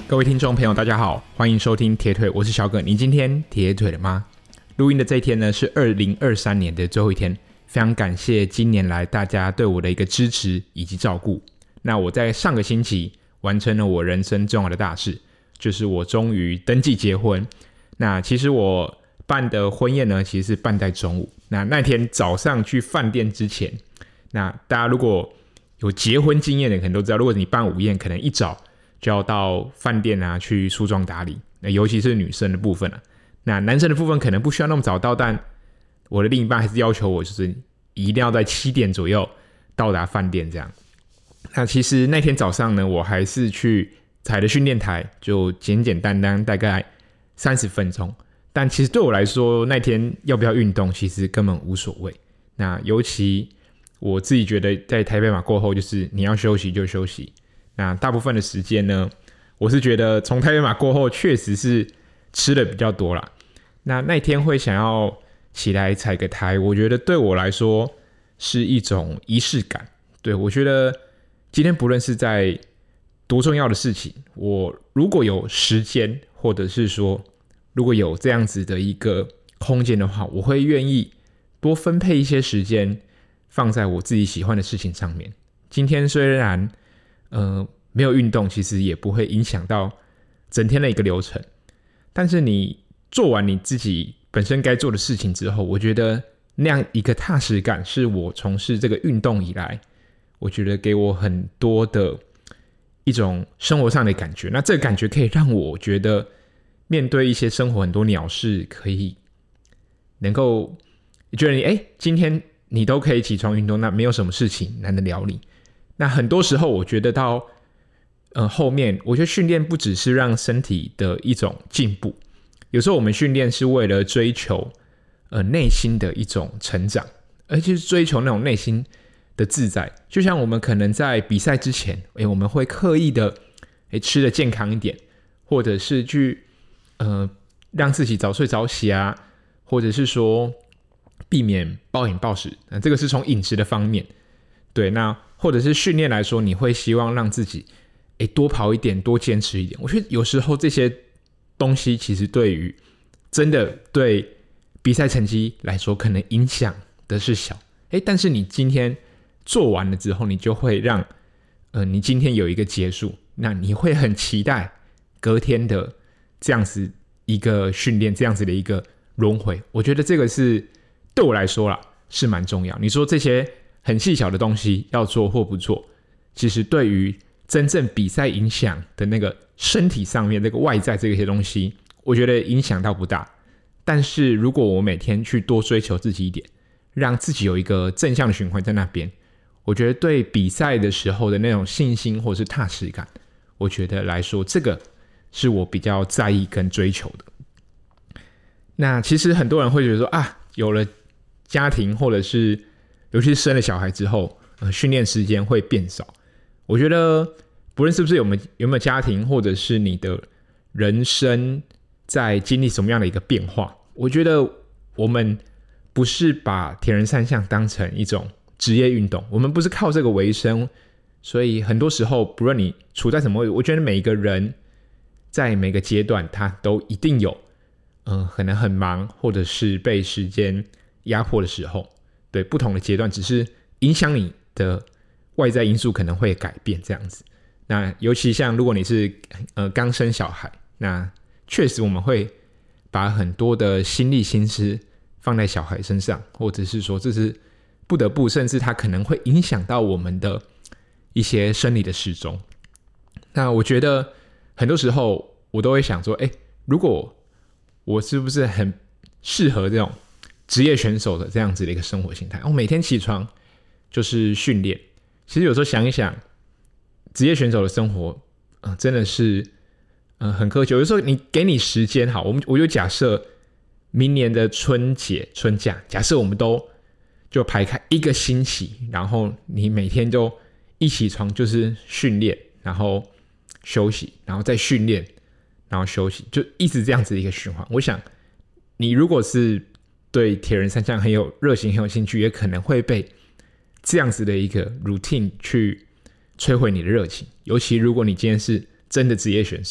各位听众朋友大家好，欢迎收听铁腿，我是小葛。你今天铁腿了吗？录音的这一天呢是2023年的最后一天，非常感谢今年来大家对我的一个支持以及照顾。那我在上个星期完成了我人生重要的大事，就是我终于登记结婚。那其实我办的婚宴呢其实是办在中午，那天早上去饭店之前，那大家如果有结婚经验的可能都知道，如果你办午宴可能一早就要到饭店啊去梳妆打理，尤其是女生的部分啊。那男生的部分可能不需要那么早到，但我的另一半还是要求我就是一定要在7点左右到达饭店这样。那其实那天早上呢，我还是去踩的训练台，就简简单单大概30分钟。但其实对我来说，那天要不要运动其实根本无所谓。那尤其我自己觉得在台北马过后，就是你要休息就休息。那大部分的时间呢，我是觉得从台北马过后确实是吃的比较多啦。那天会想要起来踩个台，我觉得对我来说是一种仪式感。对，我觉得今天不论是在多重要的事情，我如果有时间，或者是说如果有这样子的一个空间的话，我会愿意多分配一些时间放在我自己喜欢的事情上面。今天虽然没有运动，其实也不会影响到整天的一个流程，但是你做完你自己本身该做的事情之后，我觉得那样一个踏实感是我从事这个运动以来，我觉得给我很多的一种生活上的感觉。那这个感觉可以让我觉得面对一些生活很多鸟事，可以能够觉得今天你都可以起床运动，那没有什么事情难得了你。那很多时候我觉得到后面，我觉得训练不只是让身体的一种进步，有时候我们训练是为了追求内心的一种成长，而且是追求那种内心的自在。就像我们可能在比赛之前，我们会刻意的吃得健康一点，或者是去让自己早睡早起啊，或者是说避免暴饮暴食，这个是从饮食的方面。对，那或者是训练来说，你会希望让自己多跑一点，多坚持一点。我觉得有时候这些东西其实对于真的对比赛成绩来说，可能影响的是小，但是你今天做完了之后，你就会让你今天有一个结束，那你会很期待隔天的这样子一个训练，这样子的一个轮回。我觉得这个是对我来说啦是蛮重要。你说这些很细小的东西要做或不做，其实对于真正比赛影响的那个身体上面这个外在这些东西，我觉得影响到不大。但是如果我每天去多追求自己一点，让自己有一个正向的循环在那边，我觉得对比赛的时候的那种信心或是踏实感，我觉得来说这个是我比较在意跟追求的。那其实很多人会觉得说有了家庭，或者是尤其是生了小孩之后，训练时间会变少。我觉得不论是不是有没有家庭，或者是你的人生在经历什么样的一个变化，我觉得我们不是把铁人三项当成一种职业运动，我们不是靠这个为生，所以很多时候不论你处在什么位置，我觉得每一个人在每个阶段他都一定有可能很忙，或者是被时间压迫的时候。对，不同的阶段只是影响你的外在因素可能会改变这样子。那尤其像如果你是刚生小孩，那确实我们会把很多的心力心思放在小孩身上，或者是说这是不得不，甚至它可能会影响到我们的一些生理的时钟。那我觉得很多时候我都会想说如果我是不是很适合这种职业选手的这样子的一个生活形态，我每天起床就是训练。其实有时候想一想，职业选手的生活真的是很苛求。有时候你给你时间好，我就假设明年的春假，假设我们都就排开1个星期，然后你每天就一起床就是训练，然后休息，然后再训练，然后休息，就一直这样子的一个循环。我想你如果是对铁人三项很有热情很有兴趣，也可能会被这样子的一个 routine 去摧毁你的热情。尤其如果你今天是真的职业选手，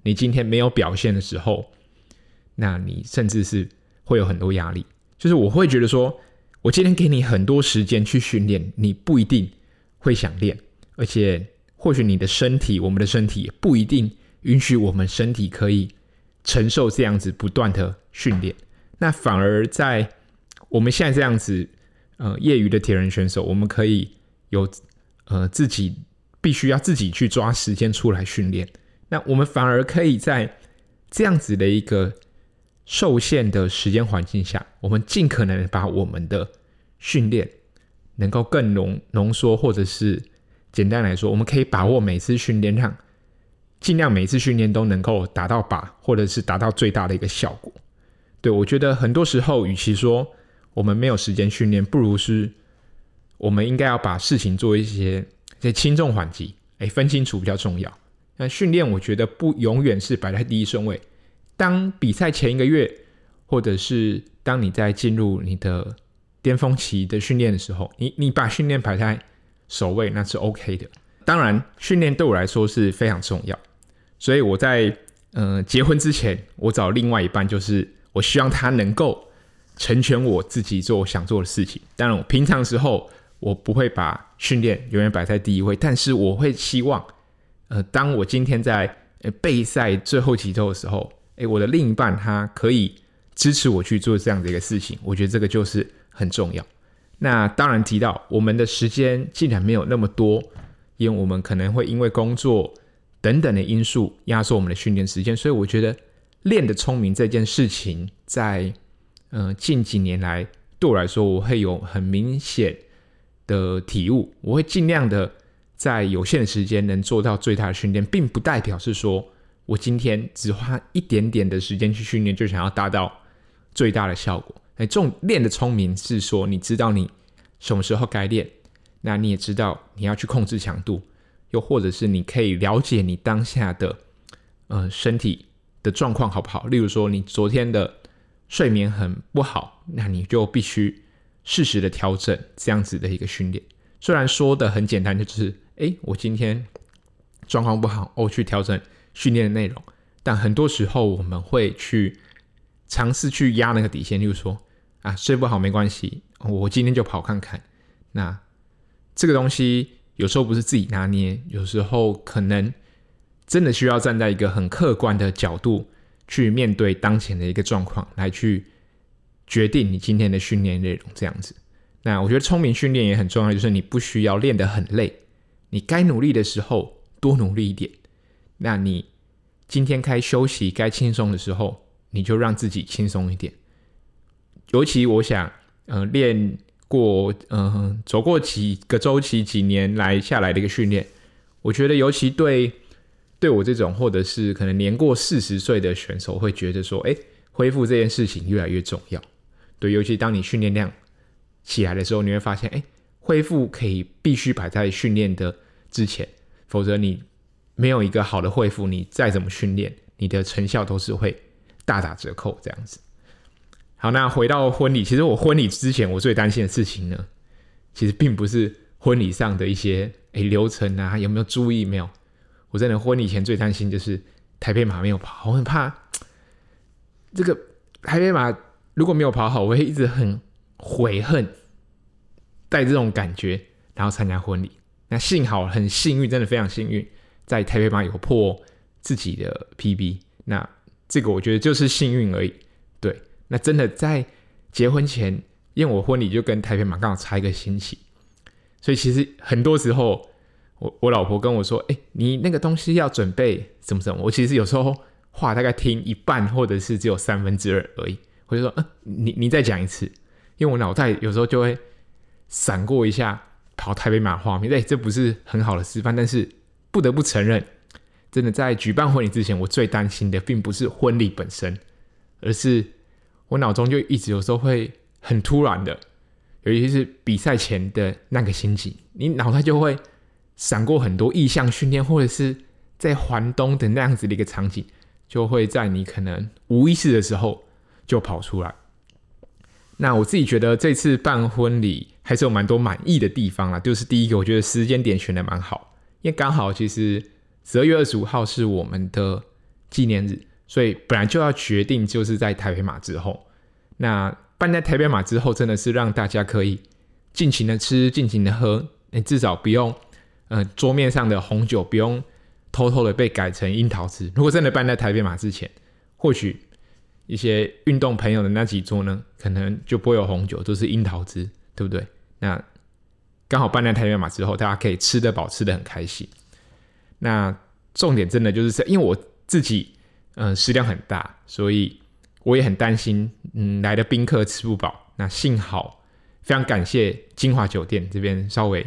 你今天没有表现的时候，那你甚至是会有很多压力。就是我会觉得说，我今天给你很多时间去训练，你不一定会想练，而且或许你的身体，我们的身体也不一定允许我们身体可以承受这样子不断的训练。那反而在我们现在这样子业余的铁人选手，我们可以有自己必须要自己去抓时间出来训练，那我们反而可以在这样子的一个受限的时间环境下，我们尽可能把我们的训练能够更浓缩，或者是简单来说，我们可以把握每次训练，让尽量每次训练都能够达到靶，或者是达到最大的一个效果。对，我觉得很多时候与其说我们没有时间训练，不如是我们应该要把事情做一些轻重缓急分清楚比较重要。那训练我觉得不永远是摆在第一顺位，当比赛前1个月，或者是当你在进入你的巅峰期的训练的时候，你把训练摆在首位，那是 OK 的。当然训练对我来说是非常重要，所以我在结婚之前，我找另外一半，就是我希望他能够成全我自己做我想做的事情。当然我平常时候我不会把训练永远摆在第一位，但是我会希望当我今天在备赛最后几周的时候，我的另一半他可以支持我去做这样的一个事情，我觉得这个就是很重要。那当然提到我们的时间既然没有那么多，因为我们可能会因为工作等等的因素压缩我们的训练时间，所以我觉得练得聪明这件事情在近几年来对我来说，我会有很明显的体悟。我会尽量的在有限的时间能做到最大的训练，并不代表是说我今天只花一点点的时间去训练就想要达到最大的效果。这种练的聪明是说你知道你什么时候该练，那你也知道你要去控制强度，又或者是你可以了解你当下的身体的状况好不好。例如说你昨天的睡眠很不好，那你就必须适时的调整这样子的一个训练。虽然说的很简单，就是我今天状况不好，去调整训练的内容，但很多时候我们会去尝试去压那个底线。例如说睡不好没关系，我今天就跑看看。那这个东西有时候不是自己拿捏，有时候可能真的需要站在一个很客观的角度去面对当前的一个状况，来去决定你今天的训练内容这样子。那我觉得聪明训练也很重要，就是你不需要练得很累，你该努力的时候多努力一点，那你今天该休息该轻松的时候，你就让自己轻松一点。尤其我想练过走过几个周期几年下来的一个训练，我觉得尤其对我这种或者是可能年过40岁的选手会觉得说恢复这件事情越来越重要。对，尤其当你训练量起来的时候，你会发现恢复必须摆在训练的之前，否则你没有一个好的恢复，你再怎么训练你的成效都是会大打折扣这样子。好，那回到婚礼，其实我婚礼之前我最担心的事情呢，其实并不是婚礼上的一些流程啊，有没有注意没有。我真的婚礼前最担心就是台北马没有跑，我很怕这个台北马如果没有跑好，我会一直很悔恨，带这种感觉然后参加婚礼。那幸好很幸运，真的非常幸运，在台北马有破自己的 PB， 那这个我觉得就是幸运而已。对，那真的在结婚前，因为我婚礼就跟台北马刚好差1个星期，所以其实很多时候我老婆跟我说你那个东西要准备什么什么，我其实有时候话大概听一半或者是只有2/3而已，我就说你再讲一次，因为我脑袋有时候就会闪过一下跑台北马画面。这不是很好的示范，但是不得不承认，真的在举办婚礼之前，我最担心的并不是婚礼本身，而是我脑中就一直有时候会很突然的，尤其是比赛前的那个心情，你脑袋就会闪过很多意向训练，或者是在环东的那样子的一个场景，就会在你可能无意识的时候就跑出来。那我自己觉得这次办婚礼还是有蛮多满意的地方啦，就是第一个，我觉得时间点选的蛮好，因为刚好其实12月25号是我们的纪念日，所以本来就要决定就是在台北马之后。那办在台北马之后，真的是让大家可以尽情的吃，尽情的喝，至少不用桌面上的红酒不用偷偷的被改成樱桃汁。如果真的办在台北马之前，或许一些运动朋友的那几桌呢，可能就不会有红酒，都是樱桃汁，对不对？那刚好办在台北马之后，大家可以吃得饱，吃得很开心。那重点真的就是因为我自己食量很大，所以我也很担心来的宾客吃不饱。那幸好非常感谢金华酒店这边稍微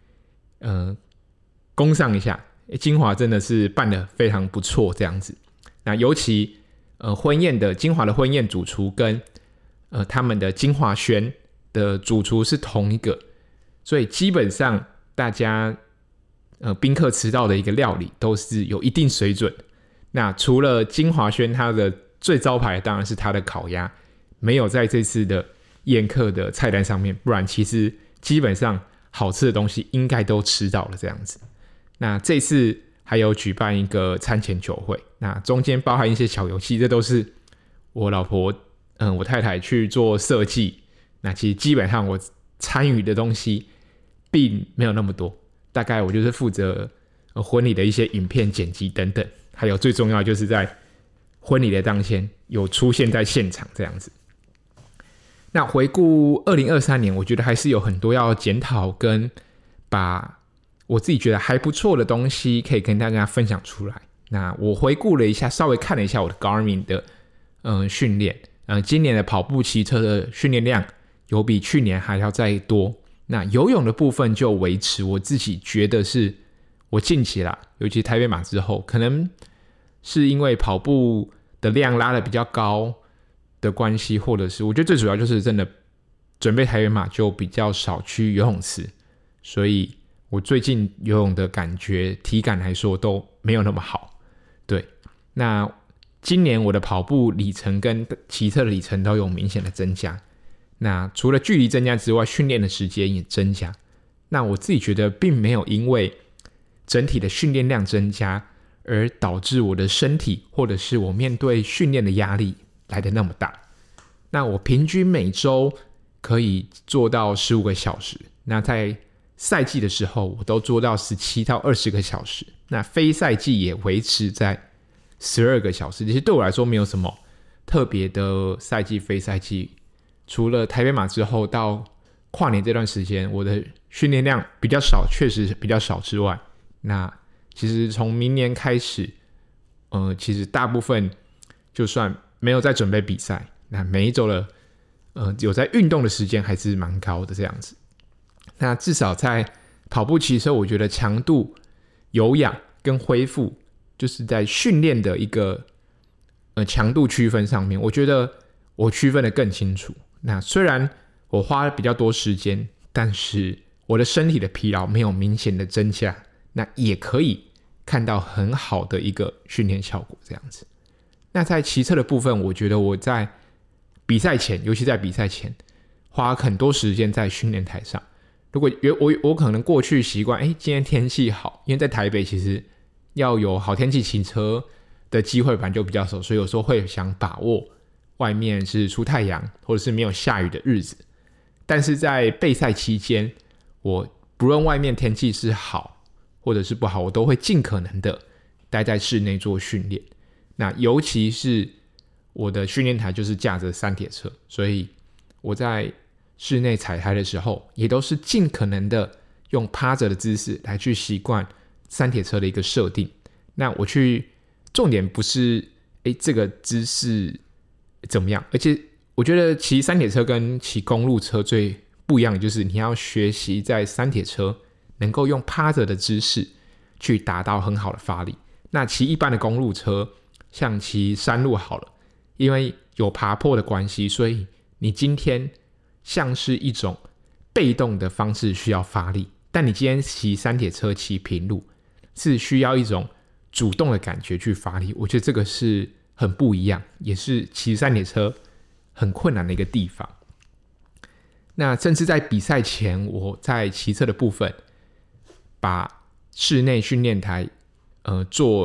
攻上一下，金华真的是办得非常不错这样子。那尤其婚宴的金华的婚宴主厨跟他们的金华轩的主厨是同一个，所以基本上大家宾客吃到的一个料理都是有一定水准。那除了金华轩它的最招牌当然是它的烤鸭没有在这次的宴客的菜单上面，不然其实基本上好吃的东西应该都吃到了这样子。那这次还有举办一个餐前酒会，那中间包含一些小游戏，这都是我老婆我太太去做设计。那其实基本上我参与的东西并没有那么多，大概我就是负责婚礼的一些影片剪辑等等，还有最重要就是在婚礼的当天有出现在现场这样子。那回顾2023年，我觉得还是有很多要检讨跟把我自己觉得还不错的东西可以跟大家分享出来。那我回顾了一下，稍微看了一下我的 Garmin 的训练，今年的跑步骑车的训练量有比去年还要再多。那游泳的部分就维持，我自己觉得是我近期啦，尤其台北马之后，可能是因为跑步的量拉得比较高的关系，或者是我觉得最主要就是真的准备台北马就比较少去游泳池，所以我最近游泳的感觉体感来说都没有那么好。对，那今年我的跑步里程跟骑车的里程都有明显的增加。那除了距离增加之外，训练的时间也增加。那我自己觉得并没有因为整体的训练量增加而导致我的身体或者是我面对训练的压力来得那么大。那我平均每周可以做到15个小时，那在赛季的时候我都做到17到20个小时，那非赛季也维持在12个小时。其实对我来说没有什么特别的赛季非赛季，除了台北马之后到跨年这段时间我的训练量比较少，确实比较少之外，那其实从明年开始其实大部分就算没有在准备比赛，那每一周的有在运动的时间还是蛮高的这样子。那至少在跑步骑车，我觉得强度、有氧跟恢复，就是在训练的一个强度区分上面，我觉得我区分的更清楚。那虽然我花了比较多时间，但是我的身体的疲劳没有明显的增加，那也可以看到很好的一个训练效果这样子。那在骑车的部分，我觉得我在比赛前，尤其在比赛前花很多时间在训练台上。如果我可能过去习惯今天天气好，因为在台北其实要有好天气骑车的机会本来就比较少，所以有时候会想把握外面是出太阳或者是没有下雨的日子。但是在备赛期间，我不论外面天气是好或者是不好，我都会尽可能的待在室内做训练。那尤其是我的训练台就是架着三铁车，所以我在室内踩台的时候也都是尽可能的用趴着的姿势来去习惯三铁车的一个设定。那我去重点不是这个姿势怎么样，而且我觉得骑三铁车跟骑公路车最不一样的就是你要学习在三铁车能够用趴着的姿势去达到很好的发力。那骑一般的公路车，像骑山路好了，因为有爬坡的关系，所以你今天像是一种被动的方式需要发力，但你今天骑三铁车骑平路是需要一种主动的感觉去发力。我觉得这个是很不一样，也是骑三铁车很困难的一个地方。那甚至在比赛前，我在骑车的部分把室内训练台做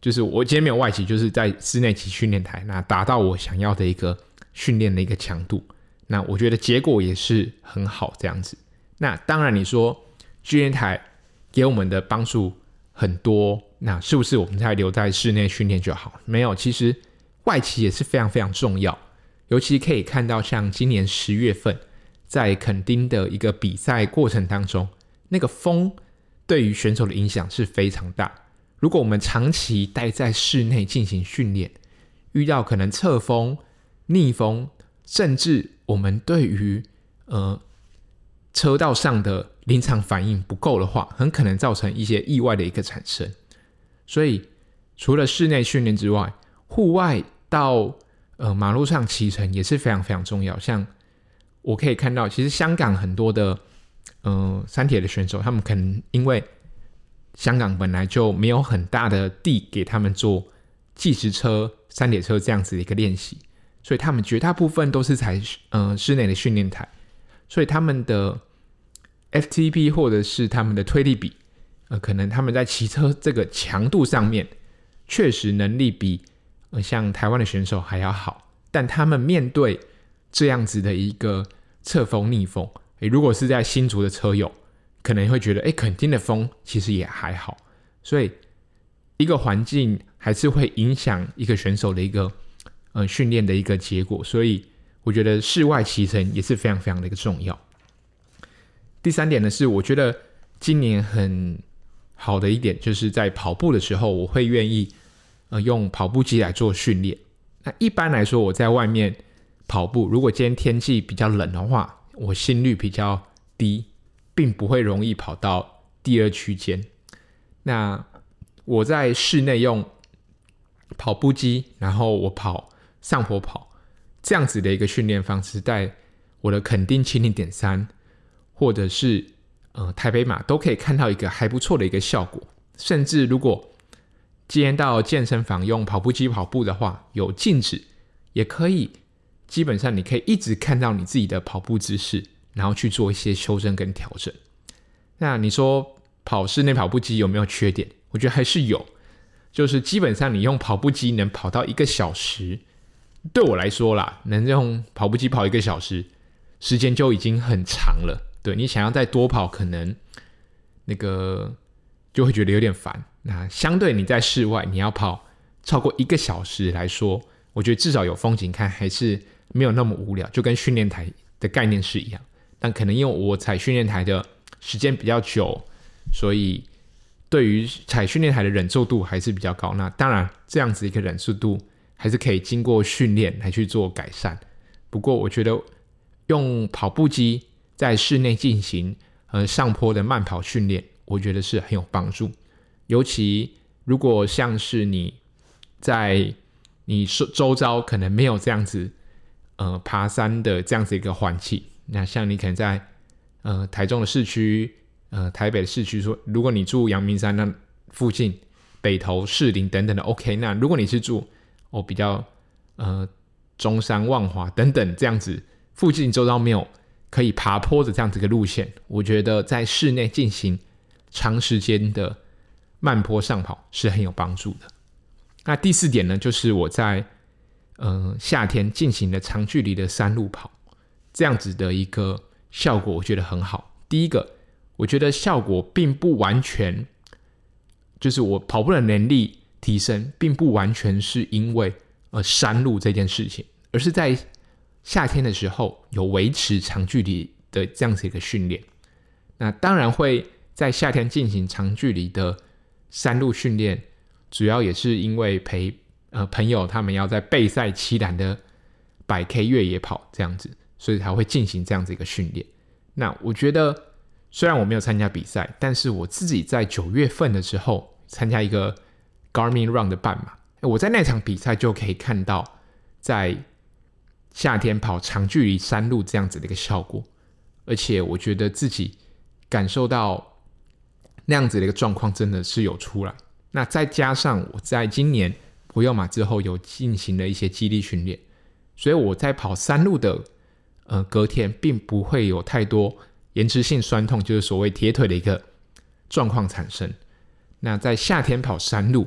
就是我今天没有外骑，就是在室内骑训练台，那达到我想要的一个训练的一个强度，那我觉得结果也是很好这样子。那当然你说训练台给我们的帮助很多，那是不是我们才留在室内训练就好？没有，其实外骑也是非常非常重要，尤其可以看到像今年10月份在垦丁的一个比赛过程当中，那个风对于选手的影响是非常大。如果我们长期待在室内进行训练，遇到可能侧风、逆风，甚至我们对于车道上的临场反应不够的话，很可能造成一些意外的一个产生。所以除了室内训练之外，户外到马路上骑乘也是非常非常重要。像我可以看到，其实香港很多的三铁的选手，他们可能因为香港本来就没有很大的地给他们做计时车、三铁车这样子的一个练习，所以他们绝大部分都是采室内的训练台，所以他们的 FTP 或者是他们的推力比，可能他们在骑车这个强度上面确实能力比像台湾的选手还要好，但他们面对这样子的一个侧风逆风，如果是在新竹的车友可能会觉得垦丁的风其实也还好，所以一个环境还是会影响一个选手的一个训练的一个结果，所以我觉得室外骑乘也是非常非常的一个重要。第三点呢，是我觉得今年很好的一点，就是在跑步的时候我会愿意用跑步机来做训练。那一般来说我在外面跑步，如果今天天气比较冷的话，我心率比较低，并不会容易跑到第二区间。那我在室内用跑步机，然后我跑上坡跑，这样子的一个训练方式，在我的垦丁70.3或者是台北马都可以看到一个还不错的一个效果。甚至如果今天到健身房用跑步机跑步的话，有镜子也可以，基本上你可以一直看到你自己的跑步姿势，然后去做一些修正跟调整。那你说跑室内跑步机有没有缺点？我觉得还是有，就是基本上你用跑步机能跑到1个小时，对我来说啦，能用跑步机跑1个小时，时间就已经很长了。对，你想要再多跑，可能那个就会觉得有点烦。那相对你在室外，你要跑超过1个小时来说，我觉得至少有风景看，还是没有那么无聊，就跟训练台的概念是一样。但可能因为我踩训练台的时间比较久，所以对于踩训练台的忍受度还是比较高。那当然这样子一个忍受度还是可以经过训练来去做改善。不过我觉得用跑步机在室内进行上坡的慢跑训练，我觉得是很有帮助。尤其如果像是你在你周遭可能没有这样子爬山的这样子一个环境，那像你可能在台中的市区、台北的市区，说如果你住阳明山那附近、北投、士林等等的 OK。 那如果你是住比较中山、万华等等这样子附近周遭没有可以爬坡的这样子一个路线，我觉得在室内进行长时间的慢坡上跑是很有帮助的。那第4点呢，就是我在夏天进行的长距离的山路跑，这样子的一个效果我觉得很好。第一个，我觉得效果并不完全，就是我跑步的能力提升并不完全是因为山路这件事情，而是在夏天的时候有维持长距离的这样子一个训练。那当然会在夏天进行长距离的山路训练，主要也是因为陪朋友他们要在备赛期兰的100K 越野跑这样子，所以才会进行这样子一个训练。那我觉得虽然我没有参加比赛，但是我自己在9月份的时候参加一个 Garmin Run 的半马，我在那场比赛就可以看到在夏天跑长距离山路这样子的一个效果，而且我觉得自己感受到那样子的一个状况真的是有出来。那再加上我在今年博幼马之后有进行了一些肌力训练，所以我在跑山路的隔天并不会有太多延迟性酸痛，就是所谓铁腿的一个状况产生。那在夏天跑山路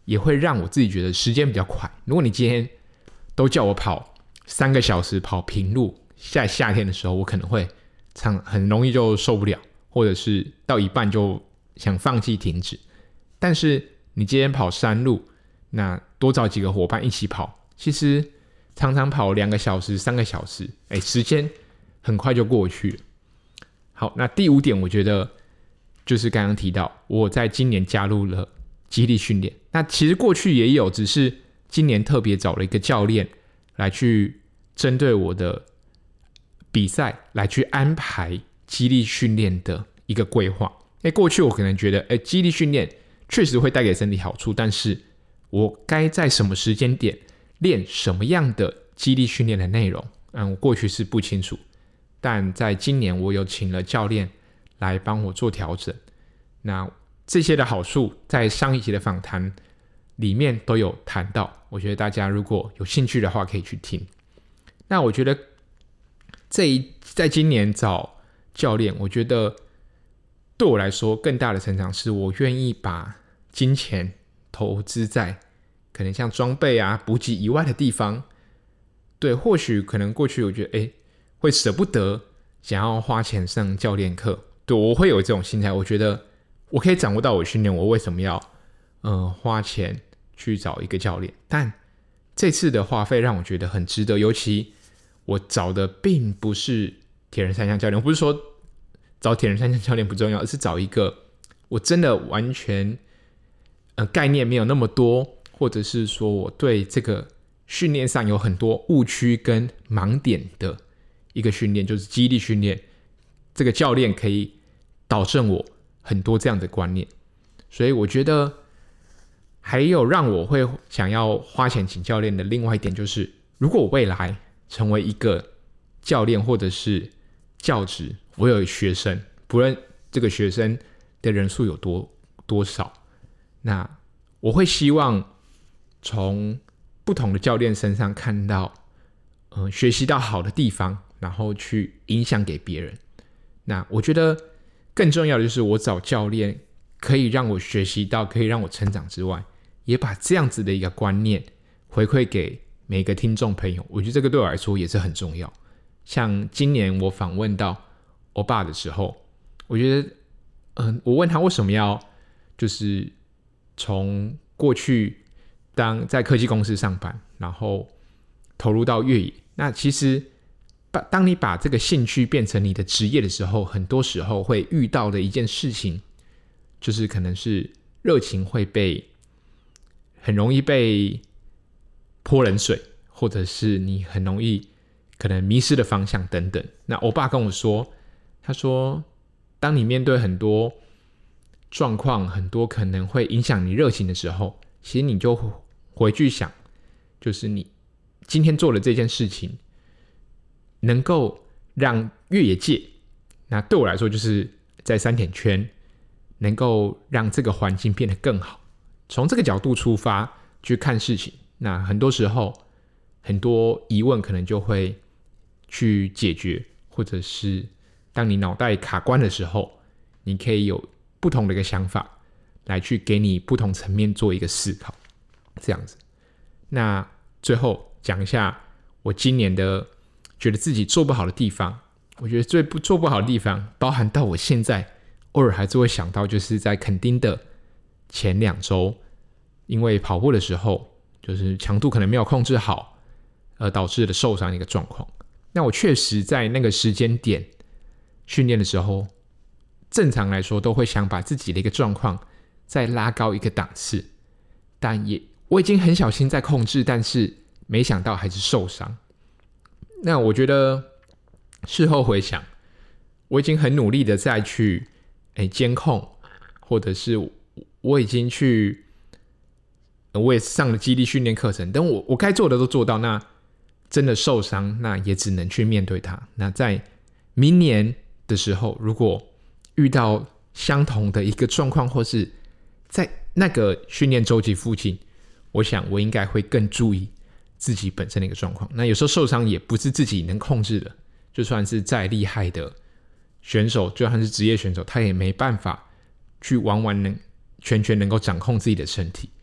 也会让我自己觉得时间比较快。如果你今天都叫我跑3个小时跑平路，在夏天的时候，我可能会很容易就受不了，或者是到一半就想放弃停止。但是你今天跑山路，那多找几个伙伴一起跑，其实常常跑2个小时、3个小时，时间很快就过去了。好，那第5点，我觉得就是刚刚提到，我在今年加入了肌力训练。那其实过去也有，只是今年特别找了一个教练来去针对我的比赛来去安排肌力训练的一个规划。过去我可能觉得肌力训练确实会带给身体好处，但是我该在什么时间点练什么样的肌力训练的内容，我过去是不清楚。但在今年我有请了教练来帮我做调整，那这些的好处在上一集的访谈里面都有谈到，我觉得大家如果有兴趣的话可以去听。那我觉得在今年找教练，我觉得对我来说更大的成长是我愿意把金钱投资在可能像装备啊补给以外的地方。对，或许可能过去我觉得会舍不得想要花钱上教练课，对，我会有这种心态，我觉得我可以掌握到我训练，我为什么要花钱去找一个教练？但这次的花费让我觉得很值得，尤其我找的并不是铁人三项教练，我不是说找铁人三项教练不重要，而是找一个我真的完全概念没有那么多，或者是说我对这个训练上有很多误区跟盲点的一个训练，就是肌力训练。这个教练可以导正我很多这样的观念，所以我觉得还有让我会想要花钱请教练的另外一点，就是如果我未来成为一个教练或者是教职，我有学生，不论这个学生的人数有多少，那我会希望从不同的教练身上看到学习到好的地方，然后去影响给别人。那我觉得更重要的就是我找教练可以让我学习到，可以让我成长之外，也把这样子的一个观念回馈给每个听众朋友，我觉得这个对我来说也是很重要。像今年我访问到欧巴的时候，我觉得我问他为什么要就是从过去在科技公司上班，然后投入到越野，那其实当你把这个兴趣变成你的职业的时候，很多时候会遇到的一件事情，就是可能是热情会很容易被泼冷水，或者是你很容易可能迷失的方向等等。那欧巴跟我说，他说当你面对很多状况，很多可能会影响你热情的时候，其实你就回去想，就是你今天做的这件事情能够让越野界，那对我来说就是在三铁圈能够让这个环境变得更好，从这个角度出发去看事情，那很多时候很多疑问可能就会去解决，或者是当你脑袋卡关的时候，你可以有不同的一个想法来去给你不同层面做一个思考，这样子。那最后讲一下我今年的觉得自己做不好的地方。我觉得做不好的地方包含到我现在偶尔还是会想到，就是在垦丁的前2周，因为跑步的时候就是强度可能没有控制好，而导致的受伤的一个状况。那我确实在那个时间点训练的时候，正常来说都会想把自己的一个状况再拉高一个档次，但我已经很小心在控制，但是没想到还是受伤。那我觉得事后回想，我已经很努力的再去监控，或者是我已经去我也上了肌力训练课程，但我该做的都做到，那真的受伤，那也只能去面对它。那在明年的时候，如果遇到相同的一个状况，或是在那个训练周期附近，我想我应该会更注意自己本身的一个状况。那有时候受伤也不是自己能控制的，就算是再厉害的选手，就算是职业选手，他也没办法去完完全全能够掌控自己的身体。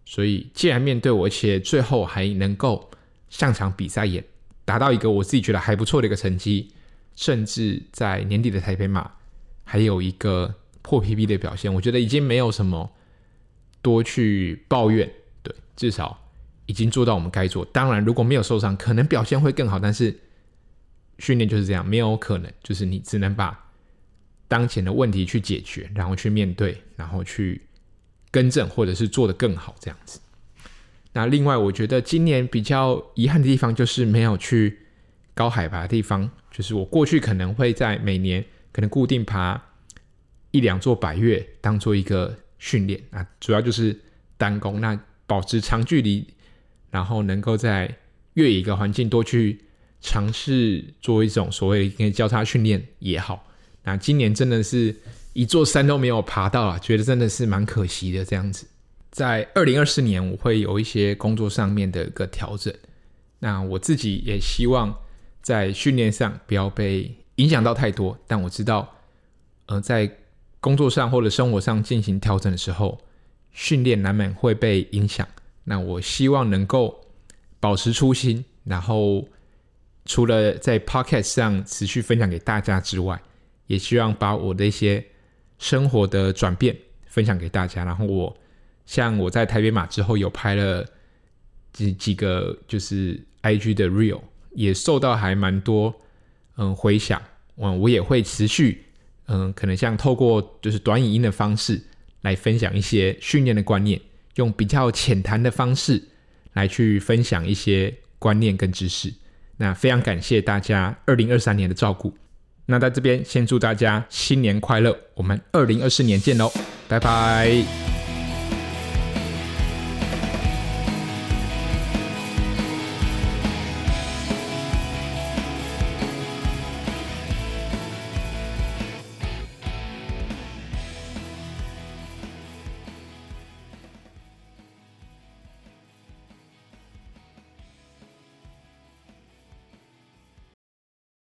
所以既然面对我，而且最后还能够上场比赛也达到一个我自己觉得还不错的一个成绩，甚至在年底的台北马还有一个破 PB 的表现，我觉得已经没有什么多去抱怨，对，至少已经做到我们该做。当然如果没有受伤可能表现会更好，但是训练就是这样，没有可能就是你只能把当前的问题去解决，然后去面对，然后去更正，或者是做得更好这样子。那另外我觉得今年比较遗憾的地方就是没有去高海拔的地方，就是我过去可能会在每年可能固定爬1-2座百岳当做一个训练，那主要就是单攻，那保持长距离，然后能够在越野一个环境多去尝试做一种所谓的交叉训练也好。那今年真的是一座山都没有爬到啊，觉得真的是蛮可惜的这样子。在2024年我会有一些工作上面的一个调整，那我自己也希望在训练上不要被影响到太多，但我知道在工作上或者生活上进行调整的时候，训练难免会被影响。那我希望能够保持初心，然后除了在 Podcast 上持续分享给大家之外，也希望把我的一些生活的转变分享给大家。然后像我在台北马之后有拍了几个就是 IG 的 Reel， 也受到还蛮多回响。我也会持续可能像透过就是短影音的方式来分享一些训练的观念，用比较浅谈的方式来去分享一些观念跟知识。那非常感谢大家2023年的照顾。那在这边先祝大家新年快乐，我们2024年见咯，拜拜。